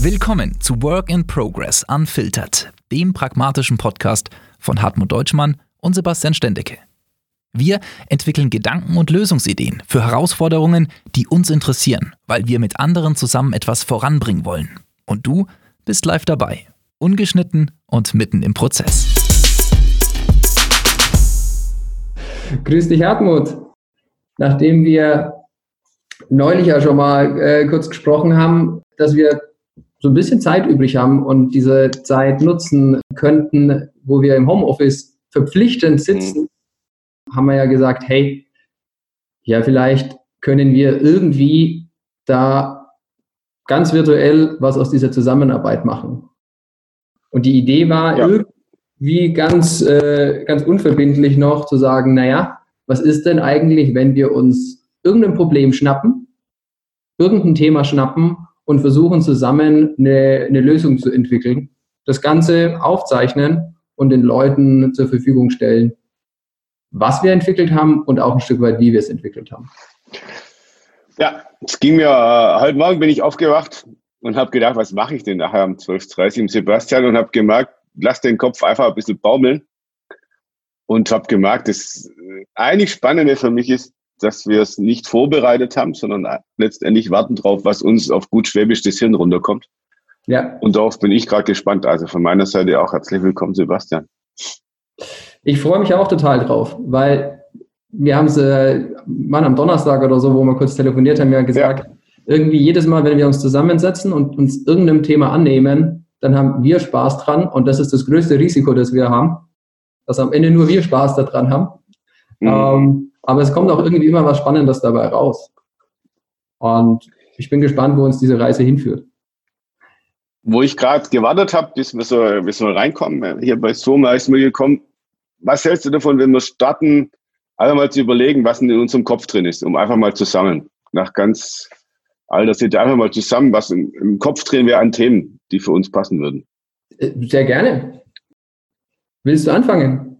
Willkommen zu Work in Progress Unfiltered, dem pragmatischen Podcast von Hartmut Deutschmann und Sebastian Stendecke. Wir entwickeln Gedanken und Lösungsideen für Herausforderungen, die uns interessieren, weil wir mit anderen zusammen etwas voranbringen wollen. Und du bist live dabei, ungeschnitten und mitten im Prozess. Grüß dich, Hartmut. Nachdem wir neulich ja schon mal kurz gesprochen haben, dass wir so ein bisschen Zeit übrig haben und diese Zeit nutzen könnten, wo wir im Homeoffice verpflichtend sitzen, haben wir ja gesagt, hey, ja, vielleicht können wir irgendwie da ganz virtuell was aus dieser Zusammenarbeit machen. Und die Idee war irgendwie ganz unverbindlich noch zu sagen, naja, was ist denn eigentlich, wenn wir uns irgendein Problem schnappen, irgendein Thema schnappen und versuchen zusammen eine Lösung zu entwickeln, das Ganze aufzeichnen und den Leuten zur Verfügung stellen, was wir entwickelt haben und auch ein Stück weit, wie wir es entwickelt haben. Ja, es ging mir, heute Morgen bin ich aufgewacht und habe gedacht, was mache ich denn nachher um 12:30 Uhr im Sebastian und habe gemerkt, lass den Kopf einfach ein bisschen baumeln und habe gemerkt, das eigentlich Spannende für mich ist, dass wir es nicht vorbereitet haben, sondern letztendlich warten drauf, was uns auf gut Schwäbisch das Hirn runterkommt. Ja. Und darauf bin ich gerade gespannt. Also von meiner Seite auch herzlich willkommen, Sebastian. Ich freue mich auch total drauf, weil wir haben es mal am Donnerstag oder so, wo wir kurz telefoniert haben, ja gesagt, irgendwie jedes Mal, wenn wir uns zusammensetzen und uns irgendeinem Thema annehmen, dann haben wir Spaß dran und das ist das größte Risiko, das wir haben, dass am Ende nur wir Spaß daran haben. Aber es kommt auch irgendwie immer was Spannendes dabei raus. Und ich bin gespannt, wo uns diese Reise hinführt. Wo ich gerade gewartet habe, bis wir so reinkommen, hier bei Zoom ist mir gekommen, was hältst du davon, wenn wir starten, einfach mal zu überlegen, was in unserem Kopf drin ist, um einfach mal zu sammeln. Nach ganz alter Sitte einfach mal zusammen, was im Kopf drin wäre an Themen, die für uns passen würden. Sehr gerne. Willst du anfangen?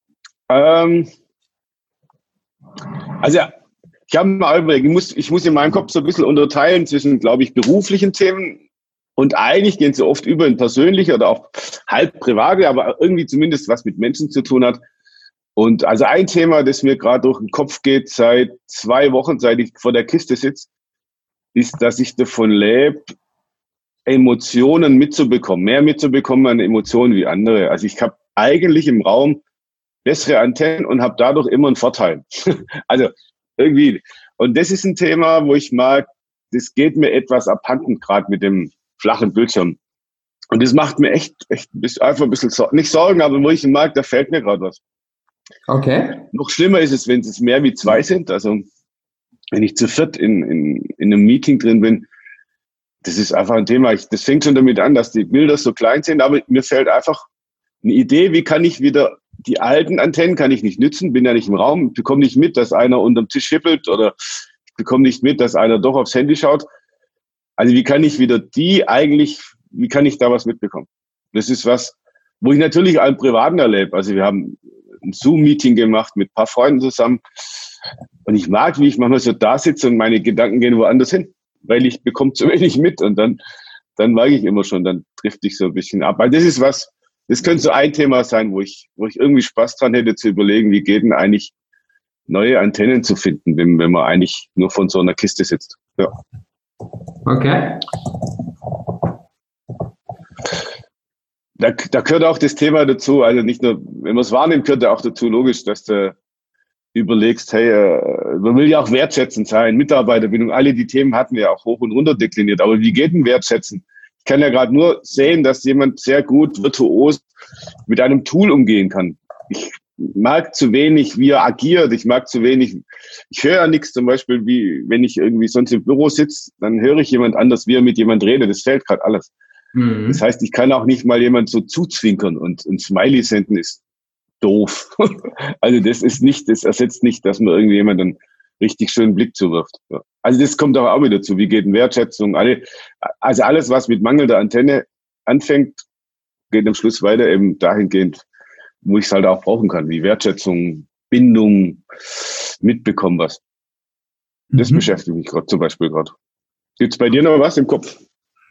Also ich habe mal überlegt, ich muss in meinem Kopf so ein bisschen unterteilen zwischen, glaube ich, beruflichen Themen und eigentlich gehen sie oft über in persönliche oder auch halb private, aber irgendwie zumindest was mit Menschen zu tun hat. Und also ein Thema, das mir gerade durch den Kopf geht seit 2 Wochen, seit ich vor der Kiste sitze, ist, dass ich davon lebe, Emotionen mitzubekommen, mehr mitzubekommen an Emotionen wie andere. Also ich habe eigentlich im Raum bessere Antennen und habe dadurch immer einen Vorteil. Also irgendwie. Und das ist ein Thema, wo ich mag, das geht mir etwas abhanden, gerade mit dem flachen Bildschirm. Und das macht mir echt einfach ein bisschen nicht Sorgen, aber wo ich mag, da fällt mir gerade was. Okay. Noch schlimmer ist es, wenn es mehr wie 2 sind. Also wenn ich zu 4 in einem Meeting drin bin, das ist einfach ein Thema. Das fängt schon damit an, dass die Bilder so klein sind, aber mir fällt einfach eine Idee, wie kann ich wieder die alten Antennen kann ich nicht nützen, bin ja nicht im Raum, ich bekomme nicht mit, dass einer unterm Tisch hippelt oder ich bekomme nicht mit, dass einer doch aufs Handy schaut. Also wie kann ich wie kann ich da was mitbekommen? Das ist was, wo ich natürlich allen Privaten erlebe. Also wir haben ein Zoom-Meeting gemacht mit ein paar Freunden zusammen und ich mag, wie ich manchmal so da sitze und meine Gedanken gehen woanders hin, weil ich bekomme zu wenig mit und dann mag ich immer schon, dann trifft ich so ein bisschen ab. Weil das ist was, das könnte so ein Thema sein, wo ich irgendwie Spaß dran hätte zu überlegen, wie geht denn eigentlich neue Antennen zu finden, wenn man eigentlich nur von so einer Kiste sitzt. Ja. Okay. Da gehört auch das Thema dazu, also nicht nur, wenn man es wahrnimmt, gehört ja auch dazu logisch, dass du überlegst, hey, man will ja auch wertschätzend sein, Mitarbeiterbindung, alle die Themen hatten wir auch hoch und runter dekliniert, aber wie geht denn wertschätzen? Ich kann ja gerade nur sehen, dass jemand sehr gut virtuos mit einem Tool umgehen kann. Ich mag zu wenig, wie er agiert. Ich mag zu wenig. Ich höre ja nichts, zum Beispiel, wie wenn ich irgendwie sonst im Büro sitze, dann höre ich jemand anders, wie er mit jemand redet. Das fällt gerade alles. Das heißt, ich kann auch nicht mal jemand so zuzwinkern und ein Smiley senden ist doof. Also das ersetzt nicht, dass man irgendjemand einen richtig schönen Blick zuwirft. Ja. Also das kommt aber auch wieder dazu. Wie geht denn Wertschätzung? Also alles, was mit mangelnder Antenne anfängt, geht am Schluss weiter eben dahingehend, wo ich es halt auch brauchen kann, wie Wertschätzung, Bindung, mitbekommen was. Das beschäftigt mich gerade zum Beispiel gerade. Gibt's bei dir noch was im Kopf?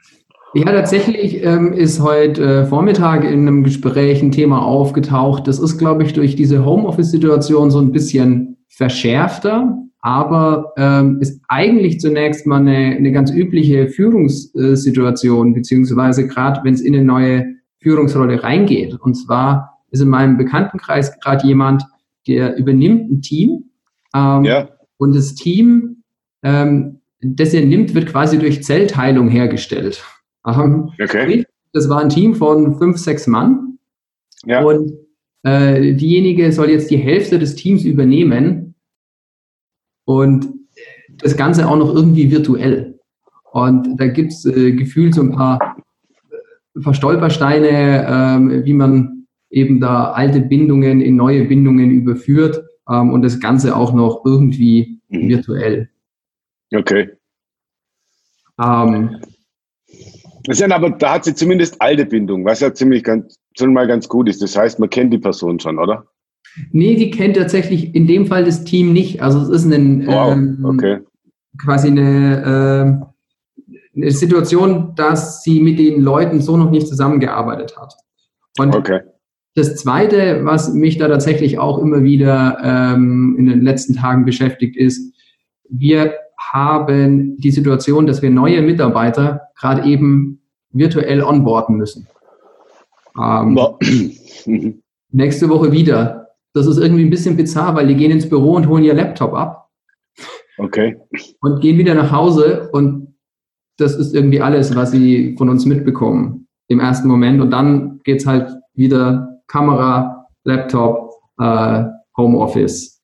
Ja, tatsächlich ist heute Vormittag in einem Gespräch ein Thema aufgetaucht. Das ist, glaube ich, durch diese Homeoffice-Situation so ein bisschen verschärfter, aber ist eigentlich zunächst mal eine ganz übliche Führungssituation, beziehungsweise gerade wenn es in eine neue Führungsrolle reingeht. Und zwar ist in meinem Bekanntenkreis gerade jemand, der übernimmt ein Team Ja, und das Team, das er nimmt, wird quasi durch Zellteilung hergestellt. okay. Das war ein Team von 5, 6 Mann Ja, und diejenige soll jetzt die Hälfte des Teams übernehmen und das Ganze auch noch irgendwie virtuell. Und da gibt es gefühlt so ein paar Stolpersteine, wie man eben da alte Bindungen in neue Bindungen überführt und das Ganze auch noch irgendwie virtuell. okay. Ähm, Das ist ja, aber da hat sie zumindest alte Bindung, was ja schon mal ganz gut ist. Das heißt, man kennt die Person schon, oder? Nee, die kennt tatsächlich in dem Fall das Team nicht. Also es ist Okay. quasi eine Situation, dass sie mit den Leuten so noch nicht zusammengearbeitet hat. Und Okay. das Zweite, was mich da tatsächlich auch immer wieder in den letzten Tagen beschäftigt, ist, wir haben die Situation, dass wir neue Mitarbeiter gerade eben virtuell onboarden müssen. Nächste Woche wieder. Das ist irgendwie ein bisschen bizarr, weil die gehen ins Büro und holen ihr Laptop ab. Okay. Und gehen wieder nach Hause und das ist irgendwie alles, was sie von uns mitbekommen im ersten Moment. Und dann geht's halt wieder Kamera, Laptop, Homeoffice.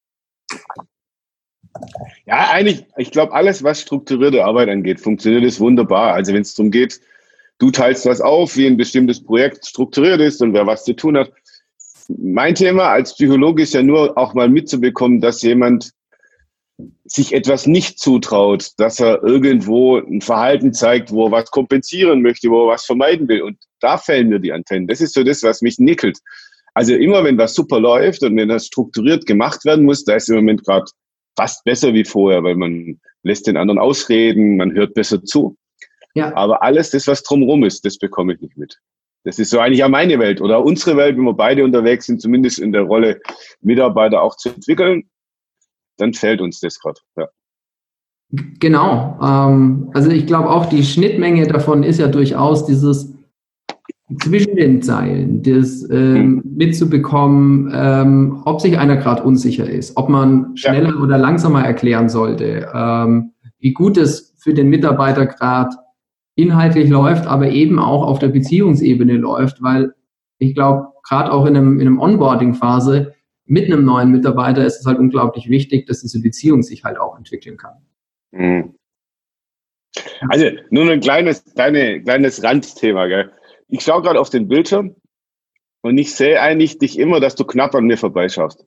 Ja, eigentlich, ich glaube, alles, was strukturierte Arbeit angeht, funktioniert es wunderbar. Also wenn es darum geht, du teilst was auf, wie ein bestimmtes Projekt strukturiert ist und wer was zu tun hat. Mein Thema als Psychologe ist ja nur auch mal mitzubekommen, dass jemand sich etwas nicht zutraut, dass er irgendwo ein Verhalten zeigt, wo er was kompensieren möchte, wo er was vermeiden will. Und da fällen mir die Antennen. Das ist so das, was mich nickelt. Also immer, wenn was super läuft und wenn das strukturiert gemacht werden muss, da ist im Moment gerade fast besser wie vorher, weil man lässt den anderen ausreden, man hört besser zu. Ja. Aber alles das, was drumherum ist, das bekomme ich nicht mit. Das ist so eigentlich auch meine Welt oder unsere Welt, wenn wir beide unterwegs sind, zumindest in der Rolle, Mitarbeiter auch zu entwickeln, dann fällt uns das gerade. Ja. Genau. Also ich glaube auch, die Schnittmenge davon ist ja durchaus dieses zwischen den Zeilen, das mitzubekommen, ob sich einer gerade unsicher ist, ob man schneller oder langsamer erklären sollte, wie gut es für den Mitarbeiter gerade inhaltlich läuft, aber eben auch auf der Beziehungsebene läuft, weil ich glaube, gerade auch in einem Onboarding-Phase mit einem neuen Mitarbeiter ist es halt unglaublich wichtig, dass diese Beziehung sich halt auch entwickeln kann. Also nur ein kleines Randthema, gell? Ich schaue gerade auf den Bildschirm und ich sehe eigentlich dich immer, dass du knapp an mir vorbeischaust.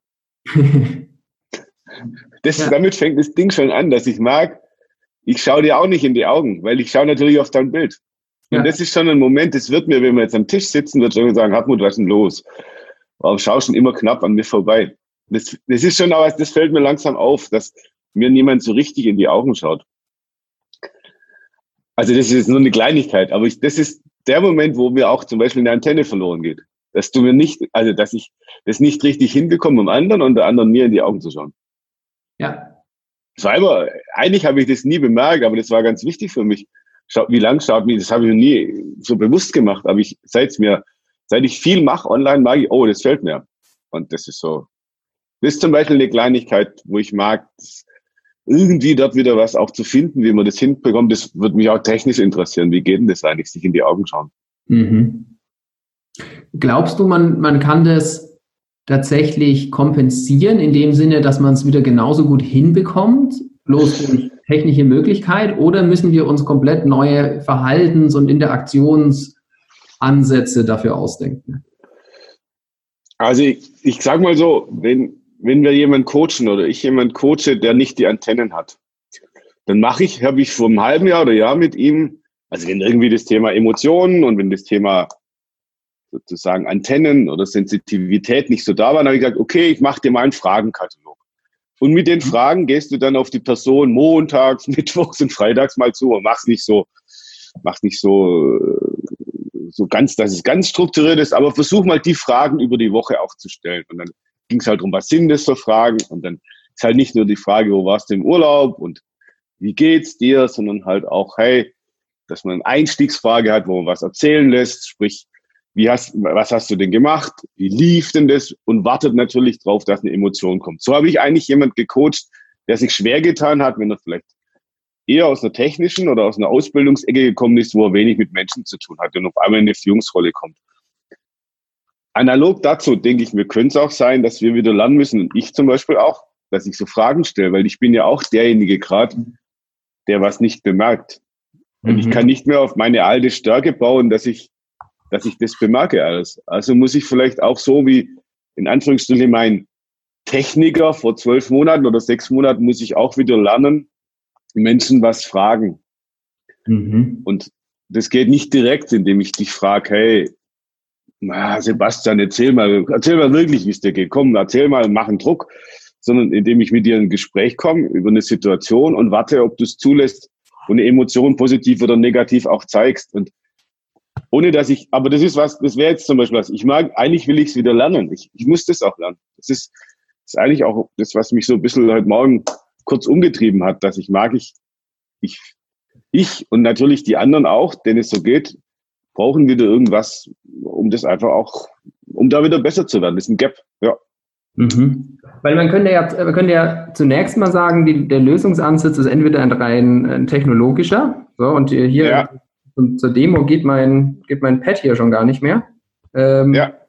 Damit fängt das Ding schon an, dass ich mag, ich schaue dir auch nicht in die Augen, weil ich schaue natürlich auf dein Bild. Und das ist schon ein Moment, das wird mir, wenn wir jetzt am Tisch sitzen, wird schon sagen, Hartmut, was ist denn los? Warum schaust du immer knapp an mir vorbei? Das ist schon, aber das fällt mir langsam auf, dass mir niemand so richtig in die Augen schaut. Also das ist jetzt nur eine Kleinigkeit, aber das ist der Moment, wo mir auch zum Beispiel eine Antenne verloren geht. Dass du mir nicht, also dass ich das nicht richtig hinbekomme, dem anderen und der anderen mir in die Augen zu schauen. Ja. Das war immer, eigentlich habe ich das nie bemerkt, aber das war ganz wichtig für mich. Wie lang schaut mich, das habe ich noch nie so bewusst gemacht, aber seit ich viel mache online, mag ich, das fällt mir. Und das ist so, das ist zum Beispiel eine Kleinigkeit, wo ich mag, irgendwie dort wieder was auch zu finden, wie man das hinbekommt. Das würde mich auch technisch interessieren. Wie geht denn das eigentlich, sich in die Augen schauen? Mhm. Glaubst du, man kann das tatsächlich kompensieren, in dem Sinne, dass man es wieder genauso gut hinbekommt, bloß durch technische Möglichkeit, oder müssen wir uns komplett neue Verhaltens- und Interaktionsansätze dafür ausdenken? Also ich sage mal so, wenn wir jemanden coachen oder ich jemanden coache, der nicht die Antennen hat, dann habe ich vor einem halben Jahr oder Jahr mit ihm, also wenn irgendwie das Thema Emotionen und wenn das Thema sozusagen Antennen oder Sensitivität nicht so da war, dann habe ich gesagt, okay, ich mache dir mal einen Fragenkatalog. Und mit den Fragen gehst du dann auf die Person montags, mittwochs und freitags mal zu und machst nicht so mach's nicht so ganz, dass es ganz strukturiert ist, aber versuch mal die Fragen über die Woche auch zu stellen. Und dann ging es halt darum, was sind das für Fragen? Und dann ist halt nicht nur die Frage, wo warst du im Urlaub und wie geht's dir, sondern halt auch, hey, dass man eine Einstiegsfrage hat, wo man was erzählen lässt, sprich, was hast du denn gemacht? Wie lief denn das? Und wartet natürlich drauf, dass eine Emotion kommt. So habe ich eigentlich jemand gecoacht, der sich schwer getan hat, wenn er vielleicht eher aus einer technischen oder aus einer Ausbildungsecke gekommen ist, wo er wenig mit Menschen zu tun hat und auf einmal in eine Führungsrolle kommt. Analog dazu denke ich, mir könnte es auch sein, dass wir wieder lernen müssen, und ich zum Beispiel auch, dass ich so Fragen stelle, weil ich bin ja auch derjenige gerade, der was nicht bemerkt. Und ich kann nicht mehr auf meine alte Stärke bauen, dass ich das bemerke alles. Also muss ich vielleicht auch so wie, in Anführungsstrichen, mein Techniker vor 12 Monaten oder 6 Monaten muss ich auch wieder lernen, Menschen was fragen. Und das geht nicht direkt, indem ich dich frage, hey, Sebastian, erzähl mal wirklich, wie es dir geht. Komm, erzähl mal, mach einen Druck. Sondern indem ich mit dir in ein Gespräch komme über eine Situation und warte, ob du es zulässt und eine Emotion positiv oder negativ auch zeigst. Und ohne dass aber das wäre jetzt zum Beispiel was, eigentlich will ich es wieder lernen. Ich muss das auch lernen. Das ist eigentlich auch das, was mich so ein bisschen heute Morgen kurz umgetrieben hat, dass ich und natürlich die anderen auch, denen es so geht, brauchen wieder irgendwas, um das einfach auch, um da wieder besser zu werden. Das ist ein Gap, ja. Weil man könnte ja zunächst mal sagen, der Lösungsansatz ist entweder ein rein technologischer, so, und hier zur Demo geht mein Pad hier schon gar nicht mehr. So,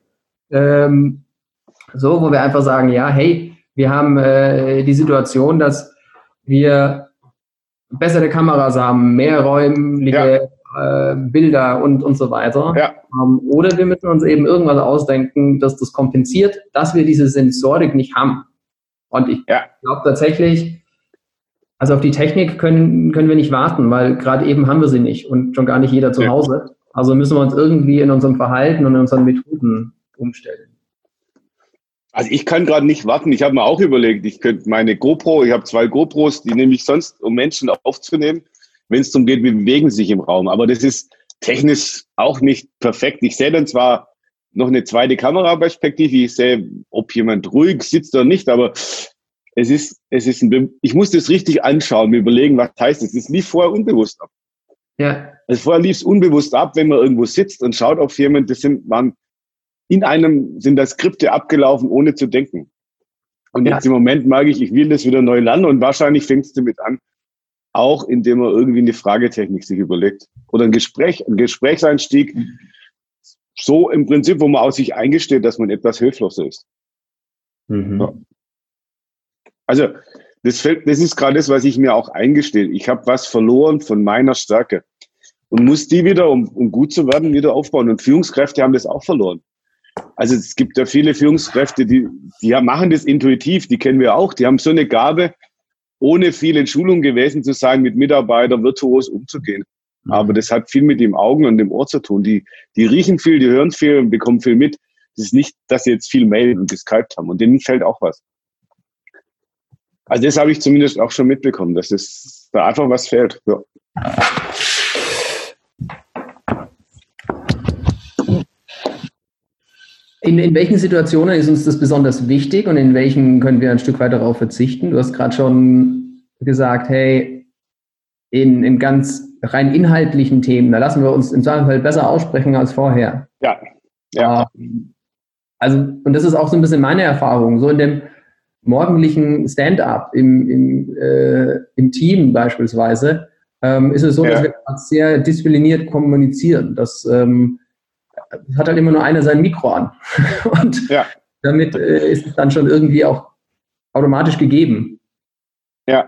wo wir einfach sagen, ja, hey, wir haben die Situation, dass wir bessere Kameras haben, mehr räumliche Bilder und so weiter. Ja. Oder wir müssen uns eben irgendwas ausdenken, dass das kompensiert, dass wir diese Sensorik nicht haben. Und ich glaube tatsächlich, also auf die Technik können wir nicht warten, weil gerade eben haben wir sie nicht und schon gar nicht jeder zu Hause. Also müssen wir uns irgendwie in unserem Verhalten und in unseren Methoden umstellen. Also ich kann gerade nicht warten. Ich habe mir auch überlegt, ich habe 2 GoPros, die nehme ich sonst, um Menschen aufzunehmen, wenn es darum geht, wie bewegen sie sich im Raum. Aber das ist technisch auch nicht perfekt. Ich sehe dann zwar noch eine zweite Kameraperspektive, ich sehe, ob jemand ruhig sitzt oder nicht, aber ich muss das richtig anschauen, mir überlegen, was heißt das. Es lief vorher unbewusst ab. Ja. Also vorher lief es unbewusst ab, wenn man irgendwo sitzt und schaut auf jemanden, sind da Skripte abgelaufen, ohne zu denken. Und jetzt im Moment merke ich will das wieder neu lernen und wahrscheinlich fängt es damit an, auch indem man irgendwie eine Fragetechnik sich überlegt. Oder ein Gesprächseinstieg, so im Prinzip, wo man aus sich eingesteht, dass man etwas hilfloser ist. Ja. Also, das ist gerade das, was ich mir auch eingestehe. Ich habe was verloren von meiner Stärke und muss die wieder, um gut zu werden, wieder aufbauen. Und Führungskräfte haben das auch verloren. Also es gibt ja viele Führungskräfte, die machen das intuitiv, die kennen wir auch. Die haben so eine Gabe, ohne viel in Schulung gewesen zu sein, mit Mitarbeitern virtuos umzugehen. Aber das hat viel mit dem Augen und dem Ohr zu tun. Die riechen viel, die hören viel und bekommen viel mit. Das ist nicht, dass sie jetzt viel mailen und geskypt haben. Und denen fällt auch was. Also das habe ich zumindest auch schon mitbekommen, dass da einfach was fehlt. Ja. In welchen Situationen ist uns das besonders wichtig und in welchen können wir ein Stück weit darauf verzichten? Du hast gerade schon gesagt, hey, in ganz rein inhaltlichen Themen, da lassen wir uns im Zweifelsfall besser aussprechen als vorher. Ja. Also, und das ist auch so ein bisschen meine Erfahrung, so in dem morgendlichen Stand-up im Team beispielsweise, ist es so, dass wir sehr diszipliniert kommunizieren. Das hat halt immer nur einer sein Mikro an. Und damit ist es dann schon irgendwie auch automatisch gegeben. Ja.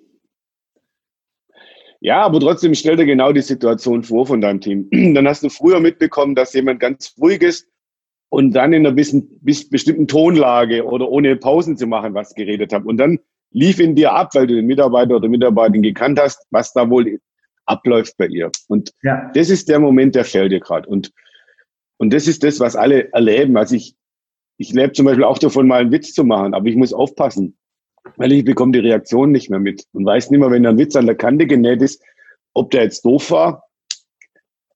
Ja, aber trotzdem stell dir genau die Situation vor von deinem Team. Dann hast du früher mitbekommen, dass jemand ganz ruhig ist und dann in einer bestimmten Tonlage oder ohne Pausen zu machen, was geredet hat. Und dann lief in dir ab, weil du den Mitarbeiter oder Mitarbeiterin gekannt hast, was da wohl abläuft bei ihr. Und das ist der Moment, der fällt dir gerade. Und das ist das, was alle erleben. Also ich lebe zum Beispiel auch davon, mal einen Witz zu machen, aber ich muss aufpassen, weil ich bekomme die Reaktion nicht mehr mit und weiß nicht mehr, wenn ein Witz an der Kante genäht ist, ob der jetzt doof war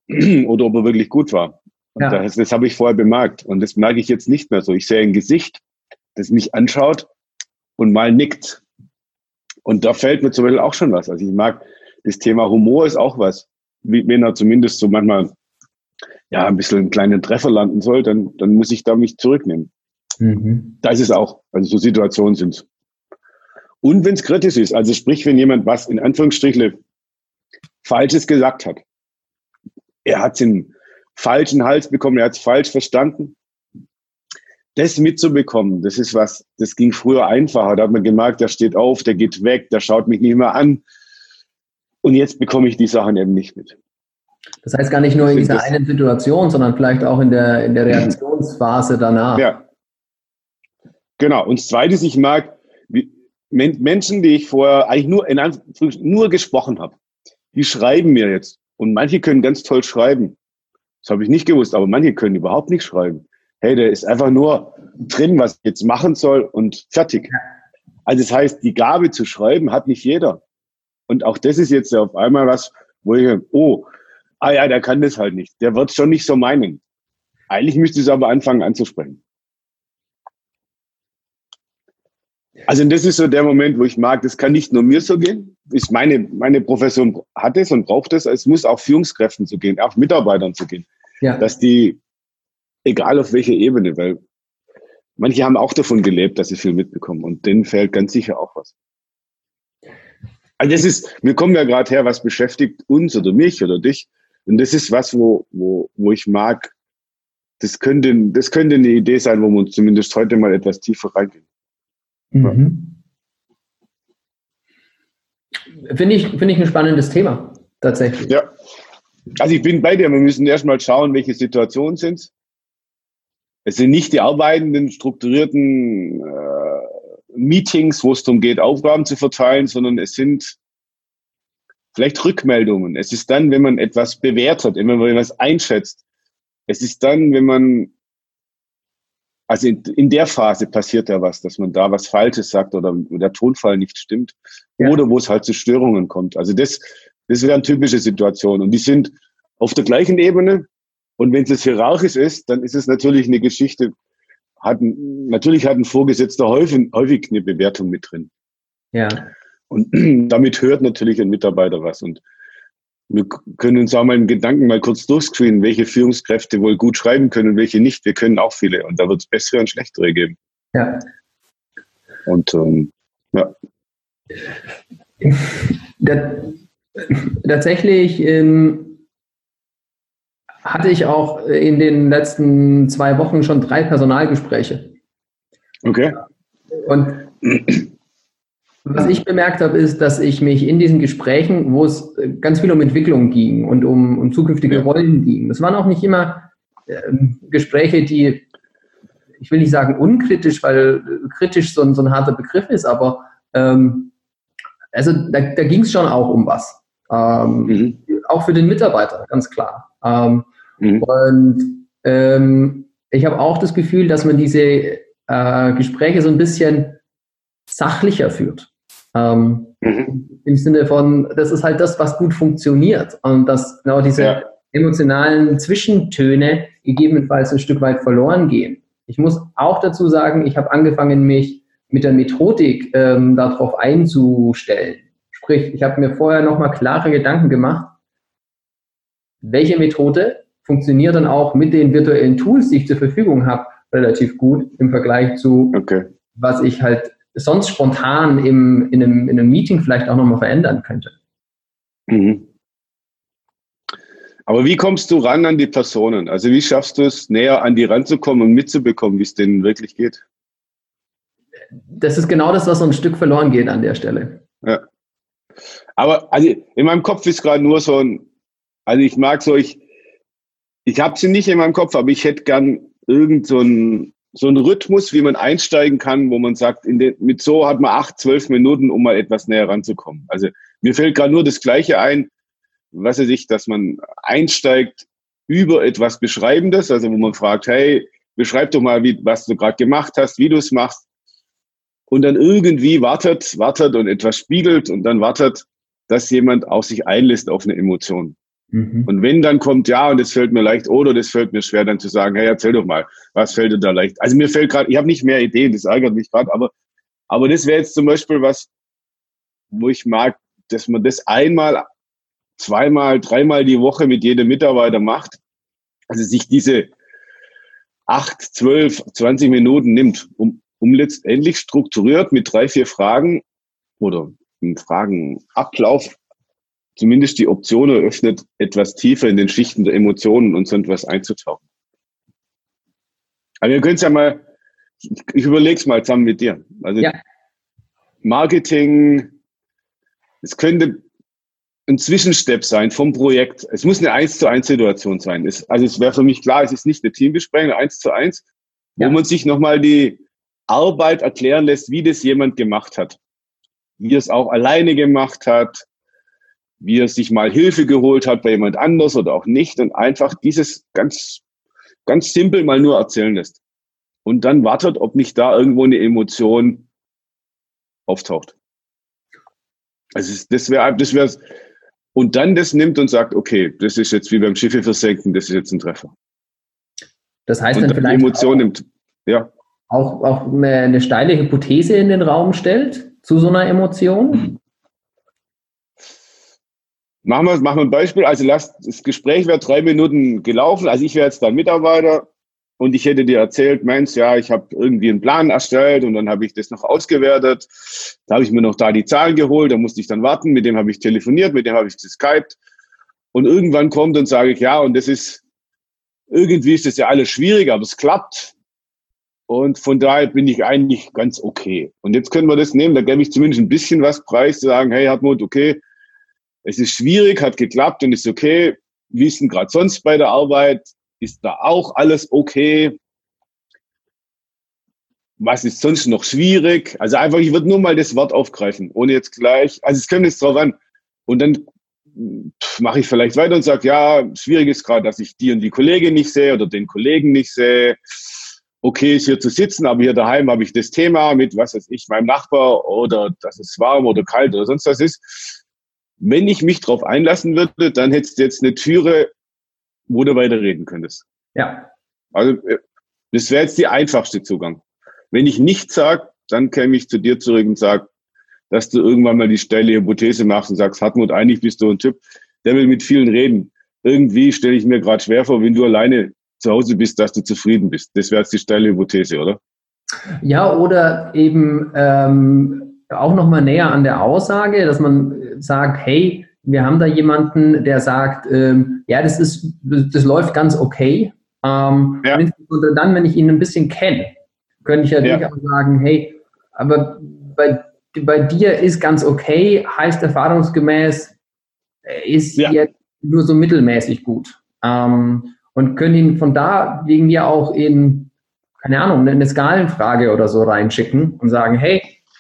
oder ob er wirklich gut war. Und das habe ich vorher bemerkt. Und das merke ich jetzt nicht mehr so. Ich sehe ein Gesicht, das mich anschaut und mal nickt. Und da fällt mir zum Beispiel auch schon was. Also ich mag, das Thema Humor ist auch was. Wenn er zumindest so manchmal ein bisschen einen kleinen Treffer landen soll, dann muss ich da mich zurücknehmen. Mhm. Da ist es auch. Also so Situationen sind es. Und wenn es kritisch ist, also sprich, wenn jemand was in Anführungsstrichen Falsches gesagt hat. Er hat den falschen Hals bekommen, er hat es falsch verstanden. Das mitzubekommen, das ist was, das ging früher einfacher. Da hat man gemerkt, der steht auf, der geht weg, der schaut mich nicht mehr an. Und jetzt bekomme ich die Sachen eben nicht mit. Das heißt gar nicht nur in dieser einen Situation, sondern vielleicht auch in der Reaktionsphase danach. Ja. Genau. Und das Zweite ist, ich mag Menschen, die ich vorher eigentlich nur gesprochen habe, die schreiben mir jetzt. Und manche können ganz toll schreiben. Das habe ich nicht gewusst, aber manche können überhaupt nicht schreiben. Hey, der ist einfach nur drin, was ich jetzt machen soll und fertig. Also das heißt, die Gabe zu schreiben hat nicht jeder. Und auch das ist jetzt auf einmal was, wo ich, der kann das halt nicht. Der wird es schon nicht so meinen. Eigentlich müsste es aber anfangen anzusprechen. Also das ist so der Moment, wo ich mag, das kann nicht nur mir so gehen. Meine Profession hat es und braucht es. Es muss auch Führungskräften so gehen, auch Mitarbeitern so gehen. Ja. Dass die, egal auf welcher Ebene, weil manche haben auch davon gelebt, dass sie viel mitbekommen und denen fällt ganz sicher auch was. Also wir kommen ja gerade her, was beschäftigt uns oder mich oder dich. Und das ist was, wo ich mag, das könnte eine Idee sein, wo wir uns zumindest heute mal etwas tiefer reingehen. Mhm. Finde ich ein spannendes Thema, tatsächlich. Ja. Also ich bin bei dir, wir müssen erstmal schauen, welche Situationen sind es. Es sind nicht die arbeitenden, strukturierten Meetings, wo es darum geht, Aufgaben zu verteilen, sondern es sind vielleicht Rückmeldungen. Es ist dann, wenn man etwas bewertet, wenn man etwas einschätzt. Es ist dann, wenn man, also in der Phase passiert da was, dass man da was Falsches sagt oder der Tonfall nicht stimmt oder wo es halt zu Störungen kommt. Also das wären typische Situationen und die sind auf der gleichen Ebene. Und wenn es jetzt hierarchisch ist, dann ist es natürlich eine Geschichte, natürlich hat ein Vorgesetzter häufig eine Bewertung mit drin. Ja. Und damit hört natürlich ein Mitarbeiter was. Und wir können uns auch mal im Gedanken mal kurz durchscreenen, welche Führungskräfte wohl gut schreiben können und welche nicht. Wir können auch viele. Und da wird es bessere und schlechtere geben. Ja. Und ja. Tatsächlich hatte ich auch in den letzten 2 Wochen schon 3 Personalgespräche. Okay. Und was ich bemerkt habe, ist, dass ich mich in diesen Gesprächen, wo es ganz viel um Entwicklung ging und um zukünftige Rollen ging, das waren auch nicht immer Gespräche, die, ich will nicht sagen unkritisch, weil kritisch so ein harter Begriff ist, aber also da ging es schon auch um was. Auch für den Mitarbeiter, ganz klar. Und ich habe auch das Gefühl, dass man diese Gespräche so ein bisschen sachlicher führt. Im Sinne von, das ist halt das, was gut funktioniert. Und dass genau diese emotionalen Zwischentöne gegebenenfalls ein Stück weit verloren gehen. Ich muss auch dazu sagen, ich habe angefangen, mich mit der Methodik darauf einzustellen. Sprich, ich habe mir vorher nochmal klare Gedanken gemacht, welche Methode funktioniert dann auch mit den virtuellen Tools, die ich zur Verfügung habe, relativ gut im Vergleich zu, was ich halt sonst spontan in einem Meeting vielleicht auch nochmal verändern könnte. Mhm. Aber wie kommst du ran an die Personen? Also wie schaffst du es, näher an die ranzukommen und mitzubekommen, wie es denen wirklich geht? Das ist genau das, was so ein Stück verloren geht an der Stelle. Ja. Aber also in meinem Kopf ist gerade nur so ich mag so, ich habe sie nicht in meinem Kopf, aber ich hätte gern irgend so einen Rhythmus, wie man einsteigen kann, wo man sagt, mit so hat man 8, 12 Minuten, um mal etwas näher ranzukommen. Also mir fällt gerade nur das Gleiche ein, dass man einsteigt über etwas Beschreibendes, also wo man fragt, hey, beschreib doch mal, was du gerade gemacht hast, wie du es machst. Und dann irgendwie wartet und etwas spiegelt und dann wartet, dass jemand auf sich einlässt auf eine Emotion. Und wenn dann kommt, ja, und das fällt mir leicht oder das fällt mir schwer, dann zu sagen, hey, erzähl doch mal, was fällt dir da leicht? Also mir fällt gerade, ich habe nicht mehr Ideen, das ärgert mich gerade, aber das wäre jetzt zum Beispiel was, wo ich mag, dass man das einmal, zweimal, dreimal die Woche mit jedem Mitarbeiter macht. Also sich diese 8, 12, 20 Minuten nimmt, um letztendlich strukturiert mit 3, 4 Fragen oder im Fragenablauf zumindest die Option eröffnet, etwas tiefer in den Schichten der Emotionen und so etwas einzutauchen. Aber wir können es ja mal, ich überlege es mal zusammen mit dir. Also ja. Marketing, es könnte ein Zwischenstep sein vom Projekt. Es muss eine 1:1 Situation sein. Es wäre für mich klar, es ist nicht eine Teambesprechung, 1:1, wo man sich nochmal die Arbeit erklären lässt, wie das jemand gemacht hat. Wie er es auch alleine gemacht hat, wie er sich mal Hilfe geholt hat bei jemand anders oder auch nicht und einfach dieses ganz, ganz simpel mal nur erzählen lässt. Und dann wartet, ob nicht da irgendwo eine Emotion auftaucht. Also das wäre und dann das nimmt und sagt, okay, das ist jetzt wie beim Schiffe versenken, das ist jetzt ein Treffer. Das heißt und dann vielleicht die Emotion nimmt, ja. Auch eine steile Hypothese in den Raum stellt zu so einer Emotion? Machen wir ein Beispiel. Also das Gespräch wäre 3 Minuten gelaufen. Also ich wäre jetzt dein Mitarbeiter und ich hätte dir erzählt, Mensch, ja, ich habe irgendwie einen Plan erstellt und dann habe ich das noch ausgewertet. Da habe ich mir noch da die Zahlen geholt, da musste ich dann warten, mit dem habe ich telefoniert, mit dem habe ich geskypt. Und irgendwann kommt und sage ich, ja, und irgendwie ist das ja alles schwierig, aber es klappt. Und von daher bin ich eigentlich ganz okay. Und jetzt können wir das nehmen, da gebe ich zumindest ein bisschen was preis, zu sagen, hey Hartmut, okay, es ist schwierig, hat geklappt und ist okay. Wie ist denn gerade sonst bei der Arbeit? Ist da auch alles okay? Was ist sonst noch schwierig? Also einfach, ich würde nur mal das Wort aufgreifen, ohne jetzt gleich, also es kommt jetzt drauf an. Und dann mache ich vielleicht weiter und sage, ja, schwierig ist gerade, dass ich die und die Kollegin nicht sehe oder den Kollegen nicht sehe. Okay, ist hier zu sitzen, aber hier daheim habe ich das Thema mit, was weiß ich, meinem Nachbar oder dass es warm oder kalt oder sonst was ist. Wenn ich mich darauf einlassen würde, dann hättest du jetzt eine Türe, wo du weiterreden könntest. Ja. Also das wäre jetzt der einfachste Zugang. Wenn ich nichts sage, dann käme ich zu dir zurück und sage, dass du irgendwann mal die steile Hypothese machst und sagst, Hartmut, eigentlich bist du ein Typ, der will mit vielen reden. Irgendwie stelle ich mir gerade schwer vor, wenn du alleine zu Hause bist, dass du zufrieden bist. Das wäre jetzt die steile Hypothese, oder? Ja, oder eben auch nochmal näher an der Aussage, dass man sagt, hey, wir haben da jemanden, der sagt, ja, das läuft ganz okay. Und dann, wenn ich ihn ein bisschen kenne, könnte ich ja durchaus sagen, hey, aber bei dir ist ganz okay, heißt erfahrungsgemäß, ist jetzt nur so mittelmäßig gut. Und können ihn von da wegen mir auch in, keine Ahnung, eine Skalenfrage oder so reinschicken und sagen, hey,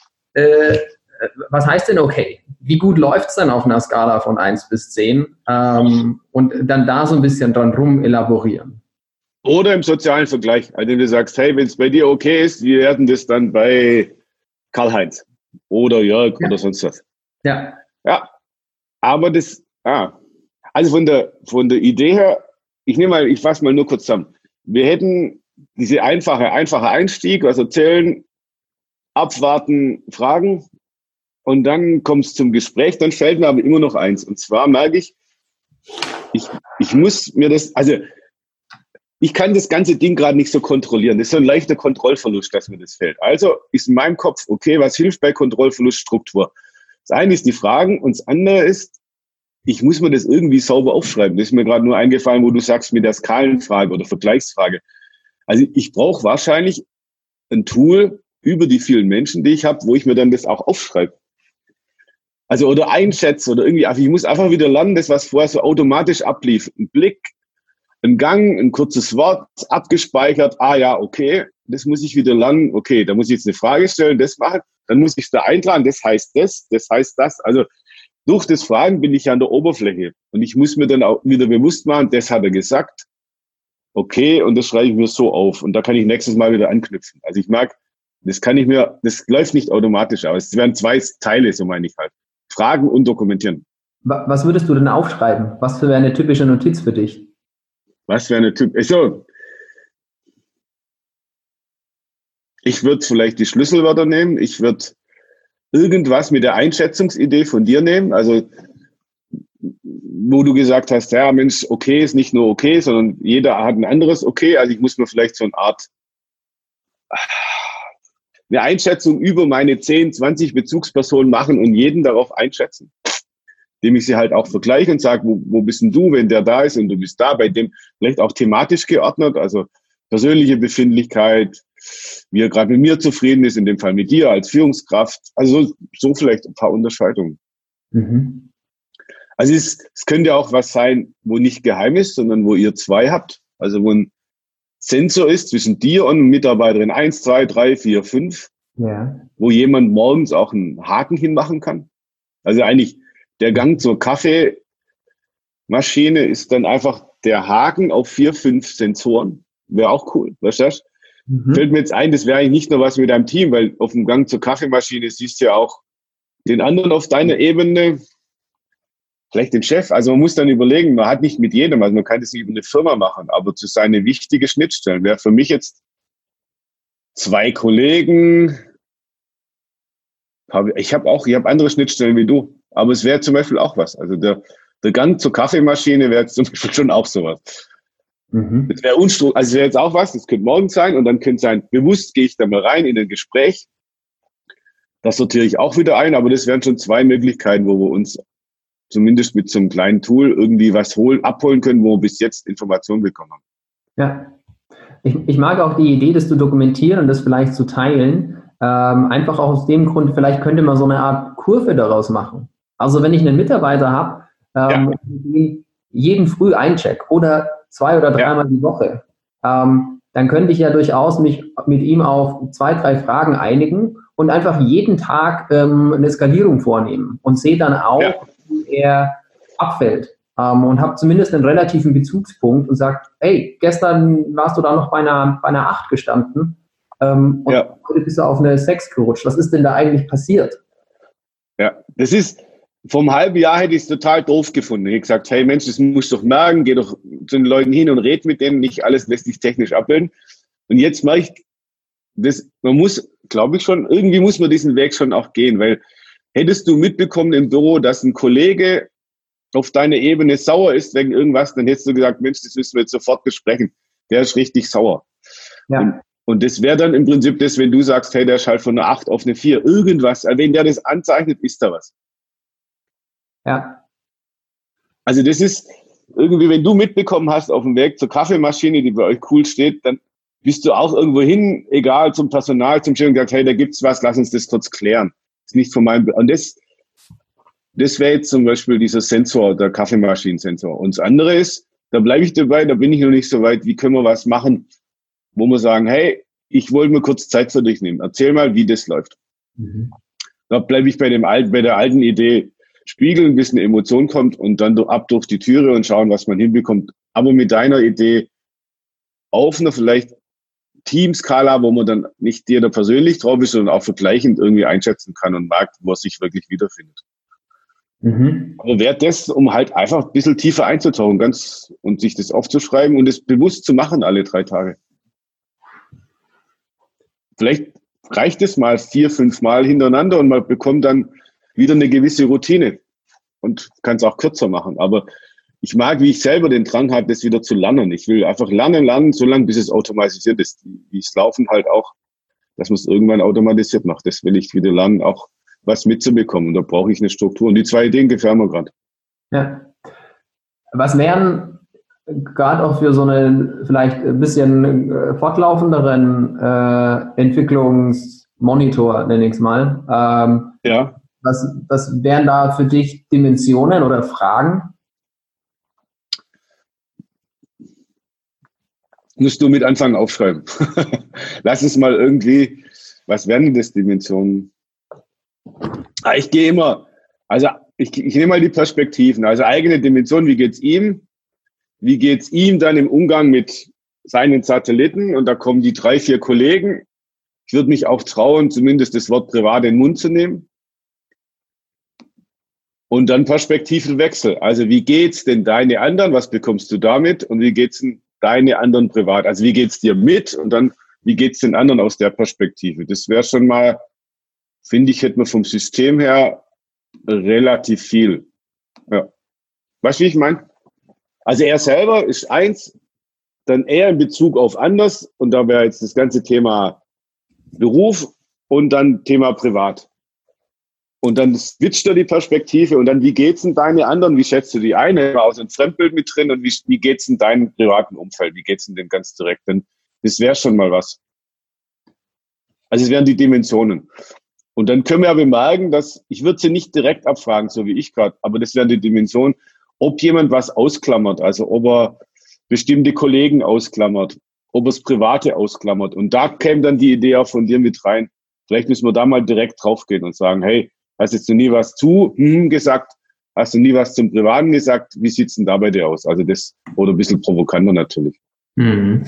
was heißt denn okay? Wie gut läuft es denn auf einer Skala von 1 bis 10? Und dann da so ein bisschen dran rum elaborieren. Oder im sozialen Vergleich, also du sagst, hey, wenn es bei dir okay ist, wie werden das dann bei Karl-Heinz oder Jörg oder sonst was? Ja. Ja, aber also von der Idee her, ich fasse mal nur kurz zusammen. Wir hätten diese einfache Einstieg, was erzählen, abwarten, fragen und dann kommt es zum Gespräch, dann fällt mir aber immer noch eins. Und zwar merke ich muss mir das, also ich kann das ganze Ding gerade nicht so kontrollieren. Das ist so ein leichter Kontrollverlust, dass mir das fällt. Also ist in meinem Kopf, okay, was hilft bei Kontrollverlust? Struktur. Das eine ist die Fragen und das andere ist, ich muss mir das irgendwie sauber aufschreiben. Das ist mir gerade nur eingefallen, wo du sagst mit der Skalenfrage oder Vergleichsfrage. Also ich brauche wahrscheinlich ein Tool über die vielen Menschen, die ich habe, wo ich mir dann das auch aufschreibe. Also oder einschätze oder irgendwie, also ich muss einfach wieder lernen, das, was vorher so automatisch ablief. Ein Blick, ein Gang, ein kurzes Wort, abgespeichert, ja, okay, das muss ich wieder lernen, okay, da muss ich jetzt eine Frage stellen, das machen, dann muss ich es da eintragen, das heißt das. Also durch das Fragen bin ich ja an der Oberfläche und ich muss mir dann auch wieder bewusst machen, das hat er gesagt, okay, und das schreibe ich mir so auf und da kann ich nächstes Mal wieder anknüpfen. Also ich merke, das läuft nicht automatisch aus. Es werden 2 Teile, so meine ich halt. Fragen und dokumentieren. Was würdest du denn aufschreiben? Was wäre eine typische Notiz für dich? Was wäre eine Typ? So, ich würde vielleicht die Schlüsselwörter nehmen. Ich würde irgendwas mit der Einschätzungsidee von dir nehmen. Also, wo du gesagt hast, ja, Mensch, okay ist nicht nur okay, sondern jeder hat ein anderes okay. Also ich muss mir vielleicht so eine Art, eine Einschätzung über meine 10, 20 Bezugspersonen machen und jeden darauf einschätzen, indem ich sie halt auch vergleiche und sage, wo bist denn du, wenn der da ist und du bist da, bei dem vielleicht auch thematisch geordnet, also persönliche Befindlichkeit, wie er gerade mit mir zufrieden ist, in dem Fall mit dir als Führungskraft, also so vielleicht ein paar Unterscheidungen. Mhm. Also es könnte ja auch was sein, wo nicht geheim ist, sondern wo ihr zwei habt, also wo ein Sensor ist zwischen dir und Mitarbeiterin 1, 2, 3, 4, 5, Ja. wo jemand morgens auch einen Haken hinmachen kann. Also eigentlich der Gang zur Kaffeemaschine ist dann einfach der Haken auf 4, 5 Sensoren. Wäre auch cool, weißt du? Fällt mir jetzt ein, das wäre eigentlich nicht nur was mit deinem Team, weil auf dem Gang zur Kaffeemaschine siehst du ja auch den anderen auf deiner Ebene, vielleicht den Chef. Also man muss dann überlegen, man hat nicht mit jedem, also man kann das nicht über eine Firma machen, aber zu seine wichtige Schnittstellen wäre für mich jetzt 2 Kollegen. Ich habe andere Schnittstellen wie du, aber es wäre zum Beispiel auch was. Also der Gang zur Kaffeemaschine wäre zum Beispiel schon auch sowas. Das wäre also es wäre jetzt auch was, das könnte morgen sein und dann könnte sein, bewusst gehe ich da mal rein in ein Gespräch. Das sortiere ich auch wieder ein, aber das wären schon 2 Möglichkeiten, wo wir uns zumindest mit so einem kleinen Tool irgendwie was abholen können, wo wir bis jetzt Informationen bekommen haben. Ja, ich mag auch die Idee, das zu dokumentieren und das vielleicht zu teilen. Einfach auch aus dem Grund, vielleicht könnte man so eine Art Kurve daraus machen. Also wenn ich einen Mitarbeiter habe, jeden Früh eincheck oder 2 oder 3 Mal die Woche, dann könnte ich ja durchaus mich mit ihm auf 2, 3 Fragen einigen und einfach jeden Tag eine Skalierung vornehmen und sehe dann auch, wie er abfällt. Und habe zumindest einen relativen Bezugspunkt und sagt, hey, gestern warst du da noch bei einer 8 gestanden und heute bist du auf eine 6 gerutscht. Was ist denn da eigentlich passiert? Ja, das ist, vom halben Jahr hätte ich es total doof gefunden. Ich habe gesagt, hey Mensch, das musst du doch merken, geh doch zu den Leuten hin und red mit denen, nicht alles lässt sich technisch abbilden. Und jetzt merke ich, man muss, glaube ich schon, irgendwie muss man diesen Weg schon auch gehen, weil hättest du mitbekommen im Büro, dass ein Kollege auf deiner Ebene sauer ist wegen irgendwas, dann hättest du gesagt, Mensch, das müssen wir jetzt sofort besprechen. Der ist richtig sauer. Ja. Und das wäre dann im Prinzip das, wenn du sagst, hey, der ist halt von einer 8 auf eine 4, irgendwas. Wenn der das anzeichnet, ist da was. Ja. Also das ist irgendwie, wenn du mitbekommen hast auf dem Weg zur Kaffeemaschine, die bei euch cool steht, dann bist du auch irgendwo hin, egal zum Personal, zum Chef und gesagt, hey, da gibt's was, lass uns das kurz klären. Das ist nicht von meinem, und das wäre jetzt zum Beispiel dieser Sensor, der Kaffeemaschinensensor. Und das andere ist, da bleibe ich dabei, da bin ich noch nicht so weit, wie können wir was machen, wo wir sagen, hey, ich wollte mir kurz Zeit für dich nehmen. Erzähl mal, wie das läuft. Da bleibe ich bei der alten Idee, spiegeln, bis eine Emotion kommt und dann ab durch die Türe und schauen, was man hinbekommt. Aber mit deiner Idee auf einer vielleicht Teamskala, wo man dann nicht jeder persönlich drauf ist, sondern auch vergleichend irgendwie einschätzen kann und merkt, wo er sich wirklich wiederfindet. Aber wäre das, um halt einfach ein bisschen tiefer einzutauchen und sich das aufzuschreiben und es bewusst zu machen alle 3 Tage. Vielleicht reicht es mal 4, 5 Mal hintereinander und man bekommt dann wieder eine gewisse Routine und kann es auch kürzer machen. Aber ich mag, wie ich selber den Drang habe, das wieder zu lernen. Ich will einfach lernen, so lange, bis es automatisiert ist. Wie es Laufen halt auch, dass man es irgendwann automatisiert macht. Das will ich wieder lernen, auch was mitzubekommen. Und da brauche ich eine Struktur. Und die 2 Ideen gefallen mir gerade. Ja. Was wären gerade auch für so einen vielleicht ein bisschen fortlaufenderen Entwicklungsmonitor, nenne ich es mal, was wären da für dich Dimensionen oder Fragen? Musst du mit anfangen aufschreiben. Lass es mal irgendwie, was wären denn das Dimensionen? Ich gehe immer, also ich nehme mal die Perspektiven, also eigene Dimension, wie geht's ihm? Wie geht's ihm dann im Umgang mit seinen Satelliten? Und da kommen die 3, 4 Kollegen. Ich würde mich auch trauen, zumindest das Wort privat in den Mund zu nehmen. Und dann Perspektivenwechsel. Also wie geht's denn deine anderen? Was bekommst du damit? Und wie geht's denn deine anderen privat? Also wie geht's dir mit? Und dann, wie geht's den anderen aus der Perspektive? Das wäre schon mal, finde ich, hätte man vom System her relativ viel. Ja. Weißt du, wie ich meine? Also er selber ist eins, dann eher in Bezug auf anders. Und da wäre jetzt das ganze Thema Beruf und dann Thema Privat. Und dann switcht er die Perspektive und dann, wie geht's denn deine anderen? Wie schätzt du die ein? Auch so ein Fremdbild mit drin und wie geht's in deinem privaten Umfeld? Wie geht's in dem ganz direkt? Denn das wäre schon mal was. Also es wären die Dimensionen. Und dann können wir ja bemerken, dass, ich würde sie nicht direkt abfragen, so wie ich gerade, aber das wären die Dimensionen, ob jemand was ausklammert, also ob er bestimmte Kollegen ausklammert, ob er das Private ausklammert. Und da käme dann die Idee auch von dir mit rein. Vielleicht müssen wir da mal direkt draufgehen und sagen, hey, hast jetzt du nie was gesagt? Hast du nie was zum Privaten gesagt? Wie sieht's denn da bei dir aus? Also das, oder ein bisschen provokanter natürlich. Mhm.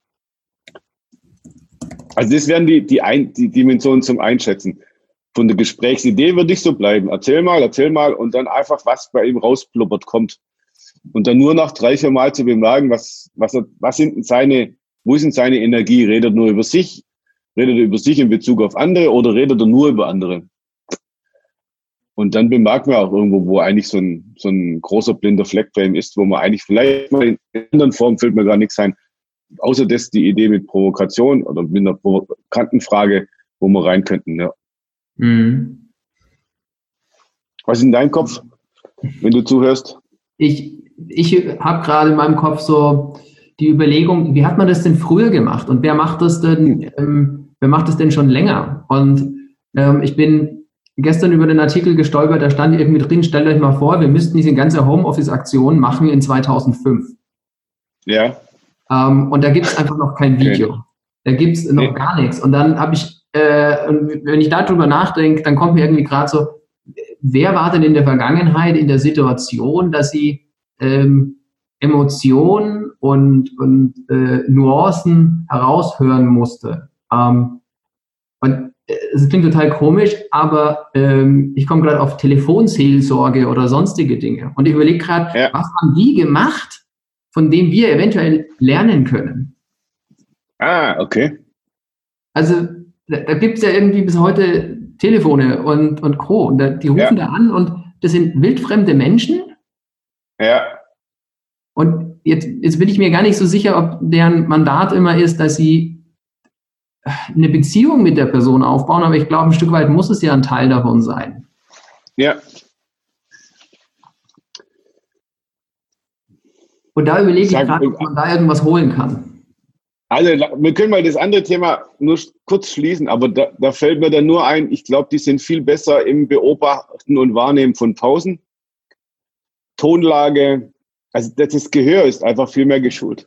Also das wären die Dimensionen zum Einschätzen. Von der Gesprächsidee würde ich so bleiben. Erzähl mal und dann einfach, was bei ihm rauspluppert kommt. Und dann nur nach 3-4 Mal zu bemerken, wo ist denn seine Energie? Redet er nur über sich? Redet er über sich in Bezug auf andere oder redet er nur über andere? Und dann bemerkt man auch irgendwo, wo eigentlich so ein großer blinder Fleck bei ihm ist, wo man eigentlich vielleicht mal in anderen Formen fällt mir gar nichts ein, außer das die Idee mit Provokation oder mit einer provokanten Frage, wo wir rein könnten. Ja. Mhm. Was ist in deinem Kopf, wenn du zuhörst? Ich habe gerade in meinem Kopf so die Überlegung, wie hat man das denn früher gemacht und wer macht das denn schon länger? Und ich bin gestern über den Artikel gestolpert, da stand irgendwie drin, stellt euch mal vor, wir müssten diese ganze Homeoffice-Aktion machen in 2005. Ja. Und da gibt es einfach noch kein Video. Okay. Da gibt es noch gar nichts. Und dann habe ich, wenn ich darüber nachdenke, dann kommt mir irgendwie gerade so, wer war denn in der Vergangenheit in der Situation, dass sie Emotionen und Nuancen heraushören musste? Und es klingt total komisch, aber ich komme gerade auf Telefonseelsorge oder sonstige Dinge. Und ich überlege gerade, was haben die gemacht, von dem wir eventuell lernen können? Ah, okay. Also da gibt es ja irgendwie bis heute Telefone und Co. Und die rufen da an und das sind wildfremde Menschen. Ja. Und jetzt bin ich mir gar nicht so sicher, ob deren Mandat immer ist, dass sie eine Beziehung mit der Person aufbauen, aber ich glaube, ein Stück weit muss es ja ein Teil davon sein. Ja. Und da überlege ich gerade, ob man da irgendwas holen kann. Also wir können mal das andere Thema nur kurz schließen, aber da fällt mir dann nur ein, ich glaube, die sind viel besser im Beobachten und Wahrnehmen von Pausen. Tonlage, also das Gehör ist einfach viel mehr geschult.